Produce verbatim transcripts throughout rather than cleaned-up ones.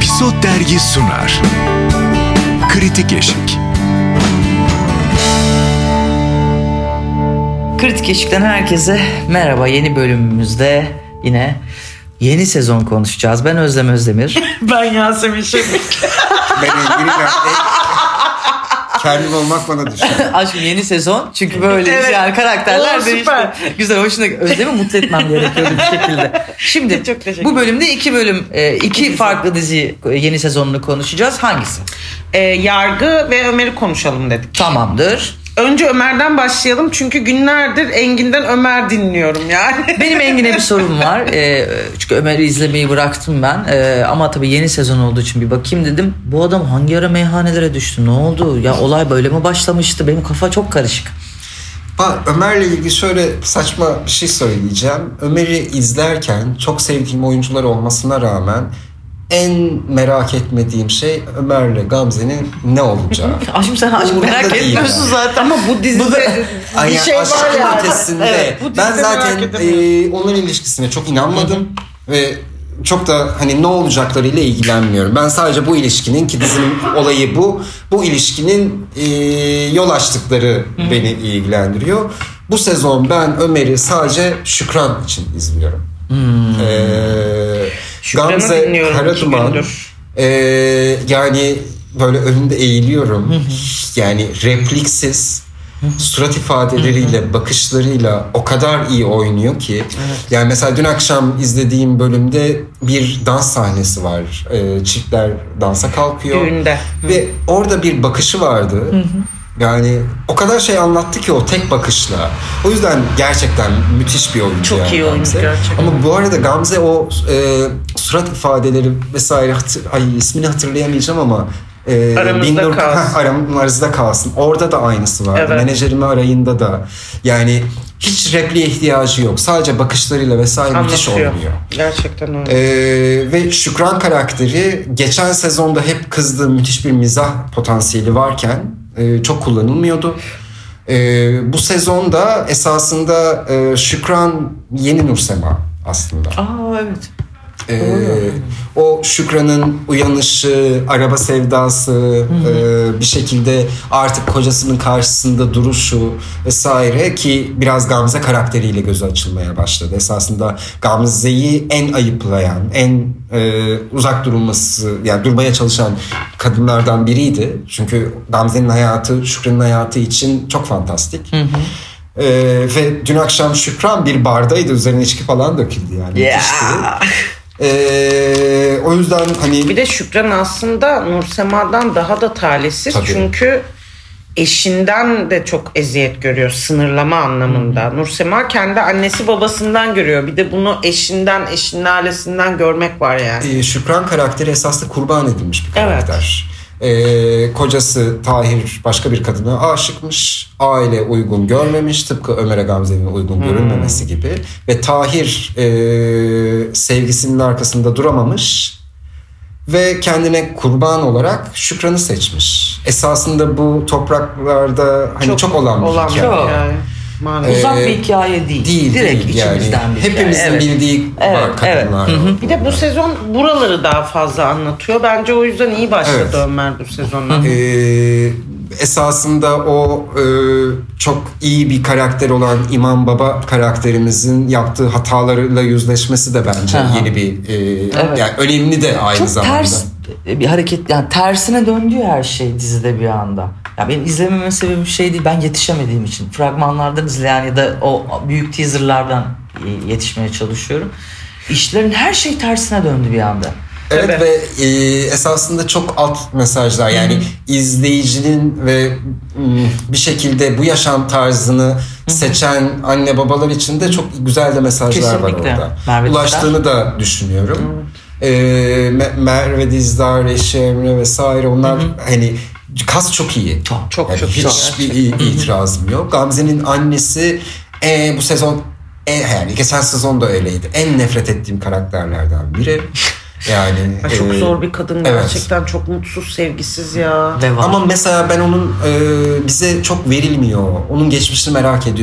Episod Dergi sunar. Kritik Eşik. Kritik Eşik'ten herkese merhaba. Yeni bölümümüzde yine yeni sezon konuşacağız. Ben Özlem Özdemir. Ben Yasemin Şefik. Ben ilgili kendim olmak bana düşüyor. Aşkım yeni sezon çünkü böyle evet. Yani karakterler Oo, değişti. Güzel, hoşuna Özlem'i mutlu etmem gerekiyordu bir şekilde. Şimdi bu bölümde iki bölüm, iki dizi. Farklı dizi yeni sezonunu konuşacağız. Hangisi? Ee, Yargı ve Ömer'i konuşalım dedik. Tamamdır. Önce Ömer'den başlayalım çünkü günlerdir Engin'den Ömer dinliyorum yani. Benim Engin'e bir sorum var. E, çünkü Ömer'i izlemeyi bıraktım ben. E, ama tabii yeni sezon olduğu için bir bakayım dedim. Bu adam hangi ara meyhanelere düştü? Ne oldu? Ya olay böyle mi başlamıştı? Benim kafa çok karışık. Bak, Ömer'le ilgili şöyle saçma bir şey söyleyeceğim. Ömer'i izlerken çok sevdiğim oyuncular olmasına rağmen en merak etmediğim şey Ömer'le Gamze'nin ne olacağı. Aşkım sen aşkım merak etmiyorsun yani. Zaten. Ama bu dizide bir yani şey var yani. Ötesinde. Evet, ben zaten e, onların ilişkisine çok inanmadım. Hı-hı. Ve çok da hani ne olacaklarıyla ilgilenmiyorum. Ben sadece bu ilişkinin, ki dizinin olayı bu. Bu ilişkinin e, yol açtıkları Hı-hı. beni ilgilendiriyor. Bu sezon ben Ömer'i sadece Şükran için izliyorum. Hmm. Ee, Gamze Karaduman e, yani böyle önünde eğiliyorum. Yani repliksiz, surat ifadeleriyle, bakışlarıyla o kadar iyi oynuyor ki. Evet. Yani mesela dün akşam izlediğim bölümde bir dans sahnesi var. E, çiftler dansa kalkıyor. Düğünde. Ve orada bir bakışı vardı. Hı hı. Yani o kadar şey anlattı ki o tek bakışla. O yüzden gerçekten müthiş bir oyuncu. Çok yani iyi oyuncu gerçekten. Ama bu arada Gamze o e, surat ifadeleri vesaire hatır, ay ismini hatırlayamayacağım ama e, aramızda Binnur, kalsın. Heh, aramızda kalsın. Orada da aynısı var. Evet. Menajerimi arayında da. Yani hiç repliğe ihtiyacı yok. Sadece bakışlarıyla vesaire anlatıyor. Müthiş oynuyor. Gerçekten öyle. Ee, ve Şükran karakteri geçen sezonda hep kızdığı müthiş bir mizah potansiyeli varken e, çok kullanılmıyordu. E, bu sezonda esasında e, Şükran yeni Nursema aslında. Aa evet. Ee, o Şükran'ın uyanışı, araba sevdası, e, bir şekilde artık kocasının karşısında duruşu vesaire, ki biraz Gamze karakteriyle gözü açılmaya başladı. Esasında Gamze'yi en ayıplayan, en e, uzak durulması, yani durmaya çalışan kadınlardan biriydi. Çünkü Gamze'nin hayatı Şükran'ın hayatı için çok fantastik. Hı hı. Ee, ve dün akşam Şükran bir bardaydı, üzerine içki falan döküldü yani. Yeah. Ee, o yüzden hani... Bir de Şükran aslında Nursema'dan daha da talihsiz. Tabii. Çünkü eşinden de çok eziyet görüyor sınırlama anlamında. Hmm. Nursema kendi annesi babasından görüyor. Bir de bunu eşinden, eşinin ailesinden görmek var yani. Ee, Şükran karakteri esasında kurban edilmiş bir karakter. Evet. Ee, kocası Tahir başka bir kadına aşıkmış. Aile uygun görmemiş. Tıpkı Ömer'e Gamze'nin uygun hmm. görünmemesi gibi. Ve Tahir e, sevgisinin arkasında duramamış. Ve kendine kurban olarak Şükran'ı seçmiş. Esasında bu topraklarda hani çok, çok olan bir olan hikaye. Çok. Yani. Maalesef. Uzak bir hikaye değil. Değil. Direkt değil içimizden yani. bir hikaye. Hepimizin evet. bildiği evet, kadınlar. Evet. Bir de bu sezon buraları daha fazla anlatıyor. Bence o yüzden iyi başladı evet. Ömer bu sezonda. Ee, esasında o e, çok iyi bir karakter olan İmam Baba karakterimizin yaptığı hatalarıyla yüzleşmesi de bence Aha. yeni bir e, evet. yani önemli de aynı çok zamanda. Ters bir hareket, yani tersine döndü her şey dizide bir anda. Ya benim izlememe sebebim şey değil, ben yetişemediğim için fragmanlardan izleyen ya da o büyük teaserlardan yetişmeye çalışıyorum. İşlerin her şey tersine döndü bir anda. Evet Tabii. ve e, esasında çok alt mesajlar, yani Hı-hı. izleyicinin ve m, bir şekilde bu yaşam tarzını Hı-hı. seçen anne babalar için de çok güzel de mesajlar Kesinlikle. var orada. Merve Ulaştığını Dizdar. da düşünüyorum. E, Merve Dizdar, Eşi Emre vesaire, onlar Hı-hı. hani kas çok iyi. Çok çok yani çok. Hiçbir itirazım yok. Gamze'nin annesi e, bu sezon e, yani geçen sezon da öyleydi. En nefret ettiğim karakterlerden biri. Yani Ay çok e, zor bir kadın evet. gerçekten, çok mutsuz, sevgisiz ya. Ama mesela ben onun e, bize çok verilmiyor. Onun geçmişini merak ediyorum.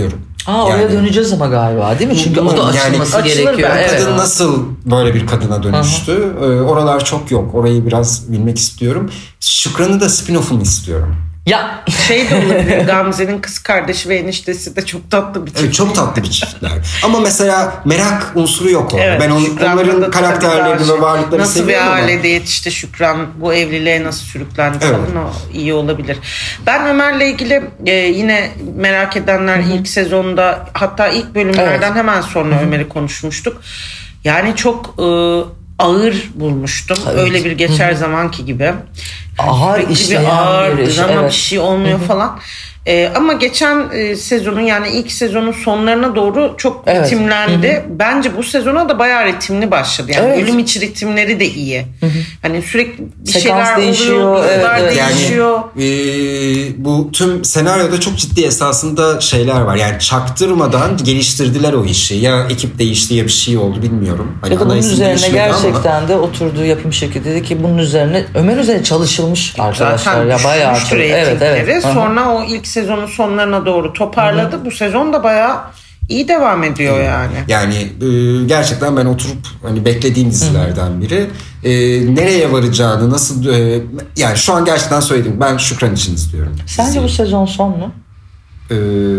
Ha oraya Yani- döneceğiz ama galiba değil mi? Çünkü o da Umarım. Yani açılması açılır gerekiyor. belki. Evet. Kadın nasıl böyle bir kadına dönüştü? Ee, oralar çok yok. Orayı biraz bilmek istiyorum. Şükran'ı da spin-off'unu istiyorum. Ya Şey de olabilir. Gamze'nin kız kardeşi ve eniştesi de çok tatlı bir çift. Evet, çok tatlı bir çiftler. Ama mesela merak unsuru yok orada. Evet, ben on, Şükran'la da onların tabii karakterlerini daha ve varlıklarını nasıl seviyorum bir ama. ailede yetişti Şükran, bu evliliğe nasıl sürüklendi Evet. falan, o iyi olabilir. Ben Ömer'le ilgili e, yine merak edenler ilk sezonda, hatta ilk bölümlerden Evet. hemen sonra Ömer'i konuşmuştuk. Yani çok e, ağır bulmuştum. Evet. Öyle bir geçer zamanki gibi. Ağır Sürekli işleyen bir ağır bir iş, drama evet. bir şey olmuyor falan. Ee, ama geçen e, sezonun, yani ilk sezonun sonlarına doğru çok Evet. ritimlendi. Bence bu sezona da bayağı ritimli başladı. Yani Evet. bölüm içi ritimleri de iyi. Hani sürekli bir Sekans şeyler değişiyor, oluyor, evet, duygular evet. değişiyor. Yani e, bu tüm senaryoda çok ciddi esasında şeyler var. Yani çaktırmadan geliştirdiler o işi. Ya ekip değişti ya bir şey oldu bilmiyorum. Hani ya da ana bunun isim üzerine değişmedi ama- gerçekten de oturduğu yapım şirketi dedi ki bunun üzerine Ömer üzerine çalışılmış arkadaşlar. Zaten Ya bayağı düşmüştür çok- evet reytingleri. evet. Aha. Sonra o ilk sezonun sonlarına doğru toparladı. Bu sezon da bayağı iyi devam ediyor yani. Yani e, gerçekten ben oturup hani beklediğim dizilerden biri. E, nereye varacağını nasıl e, yani şu an gerçekten söyledim. Ben Şükran için izliyorum. Sence diziyi. bu sezon son mu? Ee,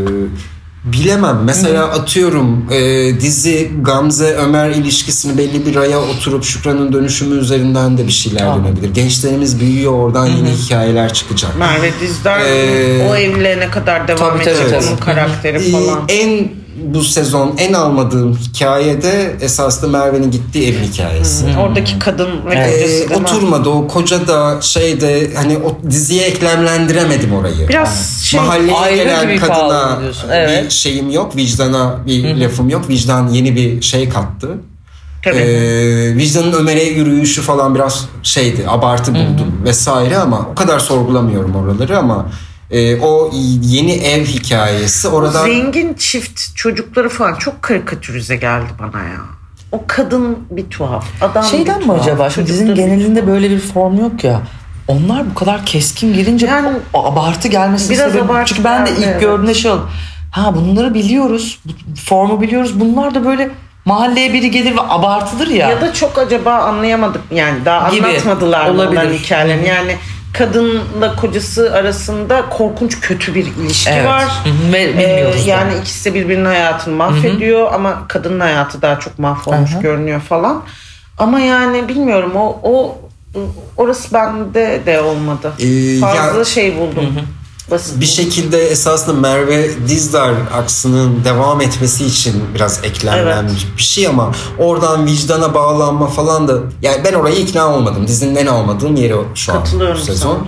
bilemem. Mesela atıyorum e, dizi Gamze Ömer ilişkisini belli bir raya oturup Şükran'ın dönüşümü üzerinden de bir şeyler Tamam. dönebilir. Gençlerimiz büyüyor, oradan yeni hikayeler çıkacak. Merve Dizdar Ee, o evliliğe ne kadar devam tabii, tabii, edecek, tabii. onun karakteri Ee, falan. en bu sezon en almadığım hikayede esasında Merve'nin gittiği evin hikayesi. Oradaki kadın ve Evet. kocası Ee, değil mi? oturmadı o koca da şeyde hani o diziye eklemlendiremedim orayı. Biraz şey, Mahalleye ayrı gelen gibi kadına kaldı diyorsun. Evet. bir şeyim yok, vicdana bir lafım yok. Vicdan yeni bir şey kattı. tabii. Ee, vicdanın Ömer'e yürüyüşü falan biraz şeydi, abartı buldum vesaire ama o kadar sorgulamıyorum oraları ama e, o yeni ev hikayesi orada Zengin çift çocukları falan çok karikatürize geldi bana ya. O kadın bir tuhaf. Adam Şeyden bir mi tuhaf. acaba? Şimdi dizinin çocukları bir genelinde böyle bir form yok ya. Onlar bu kadar keskin girince Yani o abartı gelmesi biraz sebebi. abartı Çünkü ben de geldi, ilk evet. gördüğümde şey oldu. Ha bunları biliyoruz. Bu formu biliyoruz. Bunlar da böyle mahalleye biri gelir ve abartıdır ya. Ya da çok acaba anlayamadık yani, daha Gibi. anlatmadılar mı Olabilir. onların hikayelerini. Yani kadınla kocası arasında korkunç kötü bir ilişki Evet. var. Hı hı. Ve bilmiyoruz Ee, yani da. ikisi de birbirinin hayatını mahvediyor ama kadının hayatı daha çok mahvolmuş Hı hı. görünüyor falan. Ama yani bilmiyorum, o o orası bende de olmadı. Ee, Fazla ya- şey buldum. Basit bir buldum. şekilde esasında Merve Dizdar aksının devam etmesi için biraz eklemlenmiş bir şey ama oradan vicdana bağlanma falan da yani ben oraya ikna olmadım. Dizinin en almadığım yeri o şu an bu Katılıyorum sezon.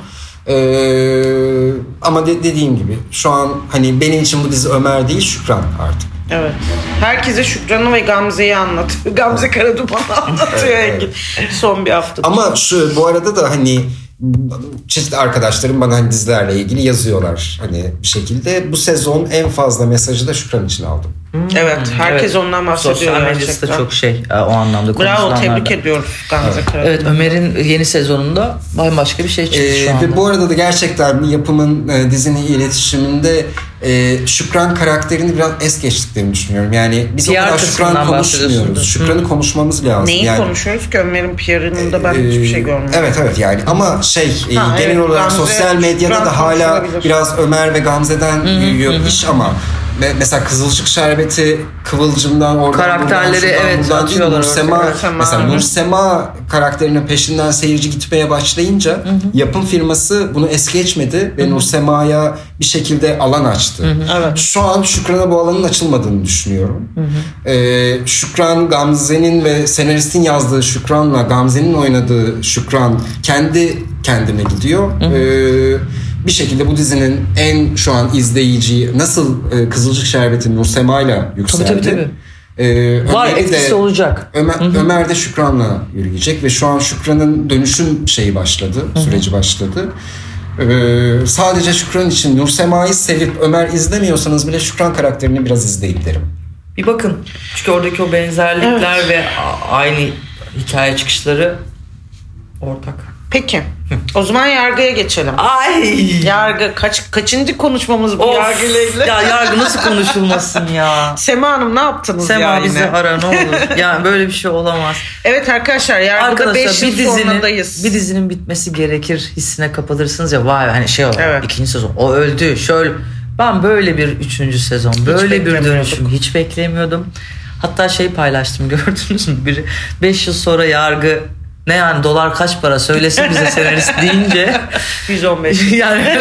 Ee, ama de, dediğim gibi şu an hani benim için bu dizi Ömer değil Şükran artık. Evet. Herkese Şükran'ı ve Gamze'yi anlatıyor. Gamze Karaduman'ı anlatıyor Engin. Son bir hafta. Ama şu bu arada da hani çeşitli arkadaşlarım bana hani dizilerle ilgili yazıyorlar hani bir şekilde. Bu sezon en fazla mesajı da Şükran için aldım. Evet, herkes Evet. ondan bahsediyor Sosyal medyası gerçekten. da çok şey e, o anlamda Bravo, konuşulanlarda. tebrik ediyoruz Gamze Karaduman. Evet, Ömer'in yeni sezonunda bambaşka bir şey çıktı Ee, şu anda. ve bu arada da gerçekten yapımın e, dizinin iletişiminde e, Şükran karakterini biraz es geçtiklerini düşünüyorum. Yani biz o P R kadar kısmından Şükran konuşmuyoruz. bahsediyorsun. Şükran'ı konuşmamız lazım. Neyi yani, konuşuyoruz ki? Ömer'in P R'ında ben Ee, hiçbir şey görmedim. Evet evet yani ama şey e, Ha, genel evet, olarak Gamze, sosyal medyada Şükran da hala konuşulabilir. biraz Ömer ve Gamze'den yürüyor iş ama me- mesela Kızılcık Şerbeti Kıvılcım'dan oradan Karakterleri, buradan, şuradan, evet, buradan değil, atıyorlar Nursema, ortaya. Nursema, mesela hı. Nursema karakterinin peşinden seyirci gitmeye başlayınca yapım firması bunu es geçmedi ve Nursema'ya bir şekilde alan açtı. Evet. Şu an Şükran'a bu alanın açılmadığını düşünüyorum. Ee, Şükran, Gamze'nin ve senaristin yazdığı Şükran'la Gamze'nin oynadığı Şükran kendi kendine gidiyor. Ee, bir şekilde bu dizinin en şu an izleyici nasıl e, Kızılcık Şerbeti Nursema'yla yükseldi. Tabii, tabii, tabii. Ee, Var, Ömer'i etkisi de- olacak. Ömer, Ömer de Şükran'la yürüyecek ve şu an Şükran'ın dönüşüm şeyi başladı, süreci başladı. Ee, sadece Şükran için Nursema'yı sevip Ömer izlemiyorsanız bile Şükran karakterini biraz izleyin derim. Bir bakın. Çünkü oradaki o benzerlikler ve a- aynı hikaye çıkışları ortak. Peki. O zaman yargıya geçelim. Ay. Yargı kaç kaçıncı konuşmamız bu Of. yargıyla ilgili? Ya yargı nasıl konuşulmasın ya? Sema Hanım ne yaptınız Sema ya bizi yine? ara ne olur. Ya böyle bir şey olamaz. Evet arkadaşlar yargıda beş Arkadaşlar yıl bir dizinin, sonundayız. bir dizinin bitmesi gerekir hissine kapılırsınız ya, vay hani şey olarak Evet. ikinci sezon o öldü şöyle. Ben böyle bir üçüncü sezon böyle bir beklemiyorduk. dönüşüm hiç beklemiyordum. Hatta şey paylaştım gördünüz mü? Biri beş yıl sonra yargı ne yani dolar kaç para söylesin bize senarist deyince yüz on beş yani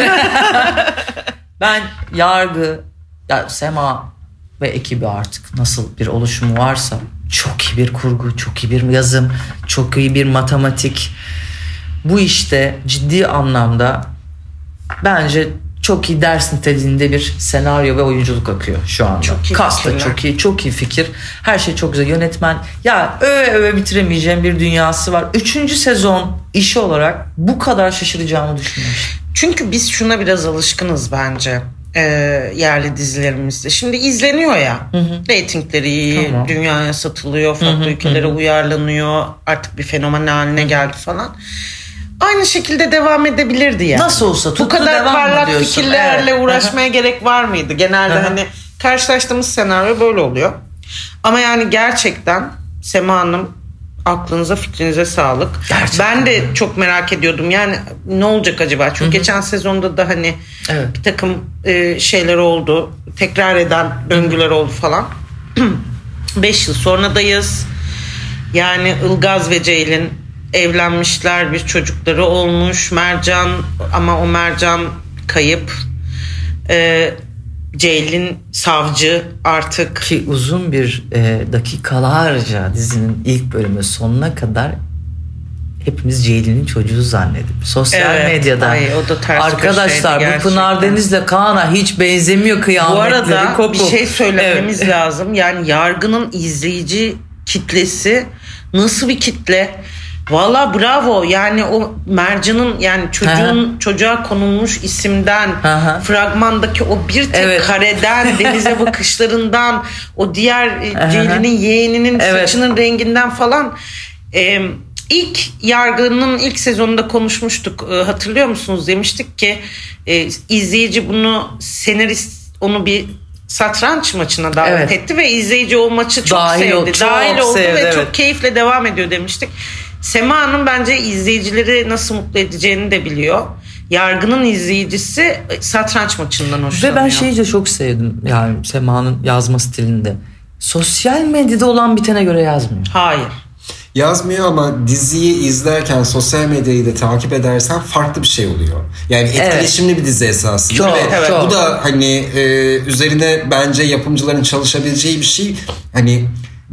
ben yargı ya Sema ve ekibi artık nasıl bir oluşumu varsa çok iyi bir kurgu, çok iyi bir yazım, çok iyi bir matematik. Bu işte ciddi anlamda bence çok iyi ders niteliğinde bir senaryo ve oyunculuk akıyor şu anda. Çok iyi Cast da fikirler. çok iyi, çok iyi fikir. Her şey çok güzel. Yönetmen ya öve öve bitiremeyeceğim bir dünyası var. Üçüncü sezon işi olarak bu kadar şaşıracağımı düşünmüştüm. Çünkü biz şuna biraz alışkınız bence. Ee, yerli dizilerimizde. Şimdi izleniyor ya. Reytingleri iyi, Tamam. dünyaya satılıyor, farklı ülkelere uyarlanıyor. Artık bir fenomen haline geldi falan. Aynı şekilde devam edebilirdi yani. Nasıl olsa Bu tuttu kadar devam mı parlak diyorsun? fikirlerle Evet. uğraşmaya gerek var mıydı? Genelde Aha. hani karşılaştığımız senaryo böyle oluyor. Ama yani gerçekten Sema Hanım aklınıza fikrinize sağlık. Gerçekten. Ben de çok merak ediyordum. Yani ne olacak acaba? Çünkü Hı-hı. geçen sezonda da hani Evet. bir takım e, şeyler oldu. Tekrar eden döngüler oldu falan. Beş yıl sonradayız. Yani Ilgaz ve Ceylin evlenmişler, bir çocukları olmuş. Mercan ama o Mercan kayıp. Ee, Ceylin savcı artık. Ki uzun bir e, dakikalarca dizinin ilk bölümü sonuna kadar hepimiz Ceylin'in çocuğu zannedip sosyal Evet, medyada ay, o da ters arkadaşlar köşeydi bu Pınar gerçekten. Deniz'le Kaan'a hiç benzemiyor kıyametleri Bu arada kopuk. bir şey söylememiz Evet. lazım. Yani Yargı'nın izleyici kitlesi nasıl bir kitle? Valla bravo. Yani o Mercan'ın yani çocuğun çocuğa konulmuş isimden, Aha. fragmandaki o bir tek Evet. kareden, denize bakışlarından, o diğer e, Ceylin'in yeğeninin Evet. saçının renginden falan. Ee, ilk Yargı'nın ilk sezonunda konuşmuştuk. Ee, hatırlıyor musunuz? Demiştik ki e, izleyici bunu senarist onu bir satranç maçına davet Evet. etti ve izleyici o maçı çok Dahil sevdi. ol- çok Dahil oldu sevdi, ve evet. çok keyifle devam ediyor demiştik. Sema Hanım bence izleyicileri nasıl mutlu edeceğini de biliyor. Yargı'nın izleyicisi satranç maçından hoşlanıyor. Ve ben şeyi de çok sevdim yani Sema'nın yazma stilinde. Sosyal medyada olan bitene göre yazmıyor. Hayır. Yazmıyor ama diziyi izlerken sosyal medyayı da takip edersen farklı bir şey oluyor. Yani etkileşimli bir dizi esasında. Çok, Ve evet. çok. bu da hani e, üzerine bence yapımcıların çalışabileceği bir şey. Hani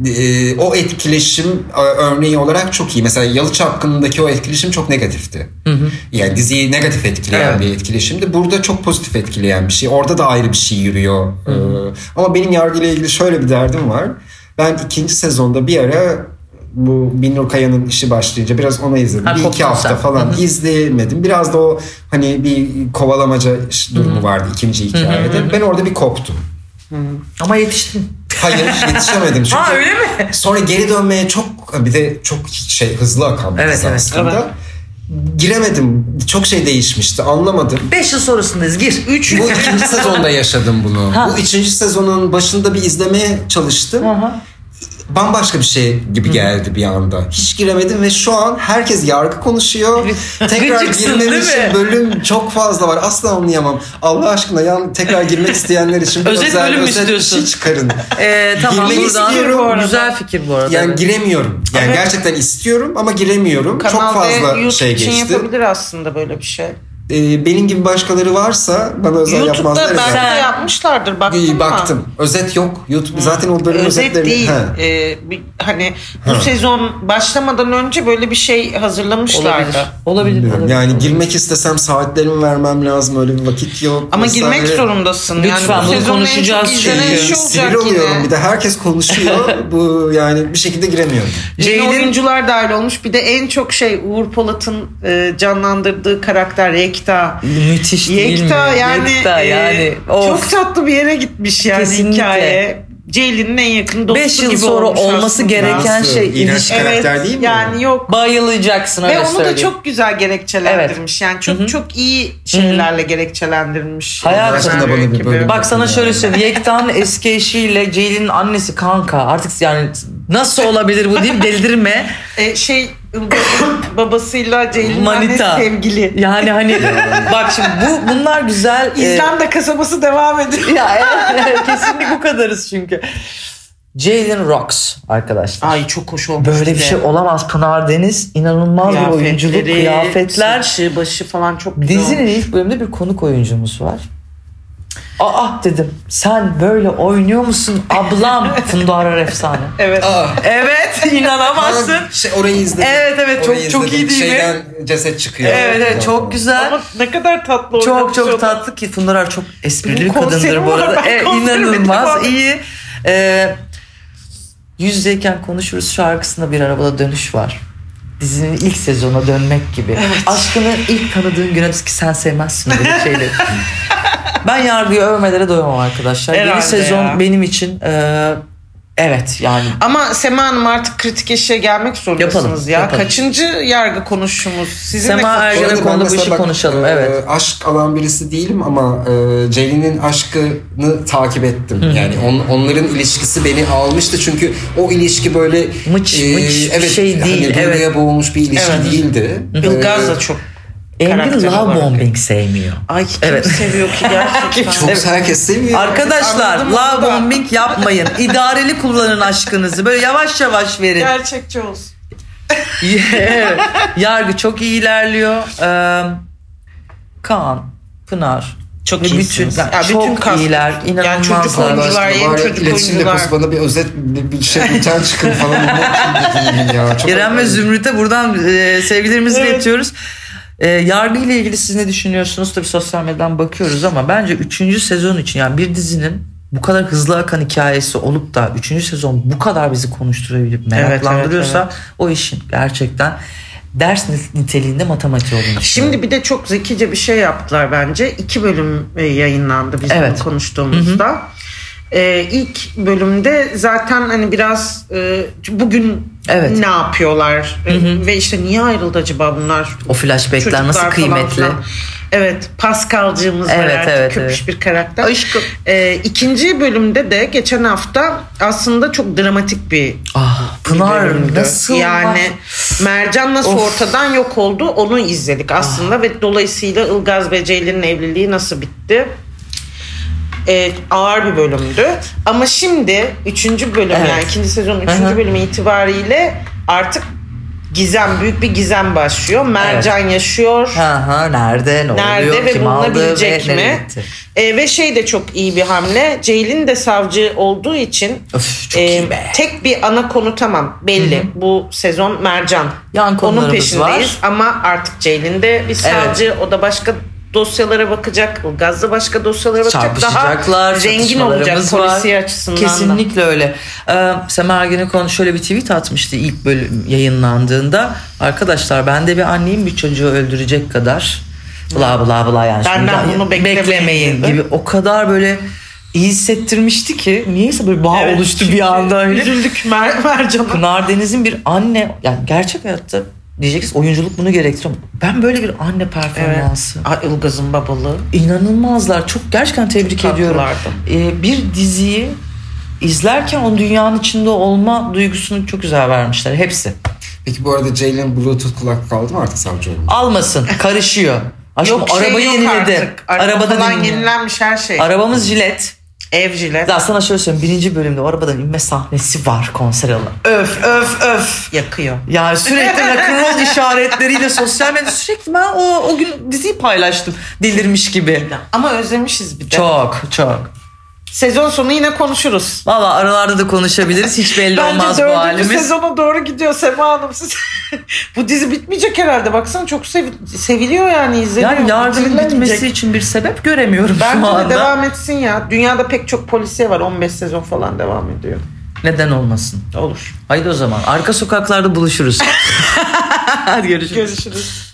e, o etkileşim e, örneği olarak çok iyi. Mesela Yalı Çapkını'ndaki o etkileşim çok negatifti. Hı hı. Yani diziyi negatif etkileyen Evet. bir etkileşimdi. Burada çok pozitif etkileyen bir şey. Orada da ayrı bir şey yürüyor. Hı hı. E, ama benim yargıyla ilgili şöyle bir derdim var. Ben ikinci sezonda bir ara bu Binnur Kaya'nın işi başlayınca biraz ona izledim. Ha, bir iki hafta sen. falan Hı-hı. izleyemedim. Biraz da o hani bir kovalamaca durumu Hı-hı. vardı ikinci hikayede. Hı-hı. Ben orada bir koptum. Hı-hı. Ama yetiştin. Hayır yetişemedim çünkü. Ha öyle mi? Sonra geri dönmeye çok bir de çok şey hızlı akan bir Evet, dizi evet. aslında. Evet. Giremedim. Çok şey değişmişti. Anlamadım. Beş yıl sonrasındayız gir. Üç. Bu ikinci sezonda yaşadım bunu. Ha. Bu üçüncü sezonun başında bir izlemeye çalıştım. Aha. Bambaşka bir şey gibi geldi bir anda. Hiç giremedim ve şu an herkes yargı konuşuyor. Tekrar Gıcıksın, girmem değil için mi? bölüm çok fazla var. Asla anlayamam. Allah aşkına yan tekrar girmek isteyenler için bir Özet özel bölüm özet bir istiyorsun. şey çıkarın. Ee, tamam Girmek buradan istiyorum bu arada. güzel fikir bu arada. Yani evet. giremiyorum. Yani Evet. gerçekten istiyorum ama giremiyorum. Kanal çok fazla ve YouTube şey için geçti. yapabilir aslında böyle bir şey. Ee, benim gibi başkaları varsa bana özel YouTube'da yapmazlar. belki efendim. de yapmışlardır. Baktın İyi, mı? baktım. Özet yok. YouTube zaten o bölüm Özet özetlerini. değil. He. Ee, bir, hani bu sezon başlamadan önce böyle bir şey hazırlamışlardı. Olabilir. Olabilir. Bilmiyorum. olabilir. Yani girmek istesem saatlerimi vermem lazım. Öyle bir vakit yok. Ama vesaire. girmek zorundasın. Lütfen, yani bu bunu sezonun en çok konuşacağız izlenen çünkü. işi olacak Sinir oluyorum. yine. Bir de herkes konuşuyor. Bu yani bir şekilde giremiyorum. Yeni Ceylin- oyuncular dahil olmuş. Bir de en çok şey Uğur Polat'ın e, canlandırdığı karakter Yekta. Müthiş değil mi? Yekta yani, Yekta e, yani. Of. çok tatlı bir yere gitmiş yani Kesinlikle. hikaye. Ceylin'in en yakın dostu Beş yıl gibi sonra olmuş olması aslında. gereken Nasıl? şey İğrenç ilişki. karakter değil mi? Yani yok. Bayılacaksın öyle Ve onu söyleyeyim. da çok güzel gerekçelendirmiş. Yani çok Hı-hı. çok iyi şeylerle gerekçelendirmiş. Hayatım. Başında bana bir Ekibi. bölüm- Bak sana şöyle söyleyeyim. Yekta'nın eski eşiyle Ceylin'in annesi kanka. Artık yani nasıl olabilir bu deyip delirme. E, şey babasıyla Ceylin'in Manita. annesi sevgili. Yani hani bak şimdi bu bunlar güzel. e, İzlanda kasabası devam ediyor. ya evet, evet, kesinlikle bu kadarız çünkü. Ceylin rocks arkadaşlar. Ay çok hoş olmuş. Böyle bir de. şey olamaz. Pınar Deniz inanılmaz bir oyunculuk, kıyafetler. Saçı, başı falan çok güzel Dizinin olmuş. ilk bölümünde bir konuk oyuncumuz var. Aa dedim sen böyle oynuyor musun ablam? Funda Arar efsane. Evet. Aa. Evet inanamazsın. Ben şey, orayı izledim. Evet, evet, çok- Orayı çok izledim. iyi değil mi? Şeyden ceset çıkıyor. Evet evet çok güzel. Ama ne kadar tatlı Çok oynamış o çok da. tatlı ki Funda Arar çok esprili Benim bir kadındır konserim bu var, arada. ben Evet, konserime inanılmaz devam iyi. Ee, Yüz yüzeyken konuşuruz şarkısında bir arabada dönüş var. Dizinin ilk sezona dönmek gibi. Aşkını ilk tanıdığın güne ki sen sevmezsin böyle şeyleri. Ben yargıyı övmelere doyamam arkadaşlar. Herhalde Yeni sezon ya. benim için e, evet yani. Ama Sema Hanım artık kritik eşiğe gelmek zorundasınız Yapalım, ya. yapalım. Kaçıncı yargı konuşumuz? Sizinle Sema konuşalım. Ergen'e Bu arada ben konuda bu mesela işi bak, konuşalım. e, Evet. Aşk alan birisi değilim ama e, Ceylin'in aşkını takip ettim. Yani on, onların ilişkisi beni almıştı çünkü o ilişki böyle Mıç, mıç bir evet, şey değil, Hani duyguya evet. boğulmuş bir ilişki Evet. değildi. Ilgaz E, da çok Emre karakter love olarak. bombing sevmiyor. Ay kim Evet. seviyor ki gerçekten. Çok Evet. herkes seviyor. Arkadaşlar Anladım love onu da. bombing yapmayın. İdareli kullanın aşkınızı. Böyle yavaş yavaş verin. Gerçekçi olsun. Evet. Yargı çok iyi ilerliyor. Ee, Kaan, Pınar. Çok ve bütün, iyisiniz. yani Ya bütün çok kast- iyiler. yani İnanılmazlar. çocuk oyuncular, Allah aşkına yeni bari çocuk iletişim oyuncular. deposu bana bir özet bir, bir şey biten çıkın falan. Onu ya. Çok İrem ve Zümrüt'e buradan e, sevgilerimizi Evet. iletiyoruz. E, yargı ile ilgili siz ne düşünüyorsunuz? Tabii sosyal medyadan bakıyoruz ama bence üçüncü sezon için yani bir dizinin bu kadar hızlı akan hikayesi olup da üçüncü sezon bu kadar bizi konuşturabilip meraklandırıyorsa evet, o işin gerçekten ders niteliğinde matematik olduğunu düşünüyorum. Şimdi bir de çok zekice bir şey yaptılar bence. İki bölüm e, yayınlandı biz Evet. bunu konuştuğumuzda. Ee, ilk bölümde zaten hani biraz e, bugün Evet. ne yapıyorlar E, ve işte niye ayrıldı acaba bunlar? O flashbackler Çocuklar nasıl falan kıymetli. filan. Evet, Pascal'cığımız var Evet, artık evet, köpüş evet. bir karakter. Aşkım. Ee, ikinci bölümde de geçen hafta aslında çok dramatik bir Ah, bir Pınar bölümdü. nasıl yani var? Mercan nasıl Of. ortadan yok oldu onu izledik aslında ve dolayısıyla Ilgaz ve Ceylin'in evliliği nasıl bitti? Ee, ağır bir bölümdü. Ama şimdi üçüncü bölüm Evet. yani ikinci sezonun Hı üçüncü hı. bölümü itibariyle artık gizem, büyük bir gizem başlıyor. Mercan yaşıyor. Ha ha nerede ne Nerede oluyor ve kim aldı bulunabilecek ve nereye mi? gitti? Ee, ve şey de çok iyi bir hamle. Ceylin de savcı olduğu için Öf, çok e, iyi be. tek bir ana konu tamam belli. Bu sezon Mercan. Yan Onun konularımız peşindeyiz var. ama artık Ceylin de bir savcı. O da başka dosyalara bakacak. Ilgaz da başka dosyalara bakacak. Daha Çarpışacaklar, zengin olacak çatışmalarımız var. polisiye açısından da. Kesinlikle öyle. Ee, Sema Ergenekon şöyle bir tweet atmıştı ilk bölüm yayınlandığında. Arkadaşlar ben de bir anneyim bir çocuğu öldürecek kadar bla bla bla yani. Benden Şimdi bunu beklemeyin gibi. O kadar böyle iyi hissettirmişti ki niyeyse böyle bağ Evet, oluştu çünkü bir anda öyle. Üzüldük Mer Mercan'a. Pınar Deniz'in bir anne yani gerçek hayatta diyeceksiniz oyunculuk bunu gerektiriyor. Ben böyle bir anne performansı. Evet. Ay, Ilgaz'ın babalığı. İnanılmazlar. Çok gerçekten tebrik Çok ediyorum. tatlılardı. Ee, bir diziyi izlerken o dünyanın içinde olma duygusunu çok güzel vermişler. Hepsi. Peki bu arada Ceylin Bluetooth kulak kaldı mı artık savcı oldu? Almasın. Karışıyor. Aşkım Yok şey arabayı yok yeniledi. artık. Araba Arabada falan dinliyor. yenilenmiş her şey. Arabamız jilet. Ev jilet. Daha sana şöyle söyleyeyim. Birinci bölümde o arabadan inme sahnesi var konser alanı. Öf öf öf. Yakıyor. Yani sürekli rock'n'roll işaretleriyle sosyal medyada sürekli ben o, o gün diziyi paylaştım. Delirmiş gibi. Ama özlemişiz bir de. Çok çok. Sezon sonu yine konuşuruz. Valla aralarda da konuşabiliriz. Hiç belli olmaz Bence bu dördüncü halimiz. sezona doğru gidiyor Sema Hanım. Siz... Bu dizi bitmeyecek herhalde. Baksana çok sev- seviliyor yani izleniyor. Yani yargının Bitirilemeyecek. bitmesi için bir sebep göremiyorum Bence şu de anda. devam etsin ya. Dünyada pek çok polisiye var. on beş sezon falan devam ediyor. Neden olmasın? Olur. Haydi o zaman arka sokaklarda buluşuruz. Hadi görüşürüz. Görüşürüz.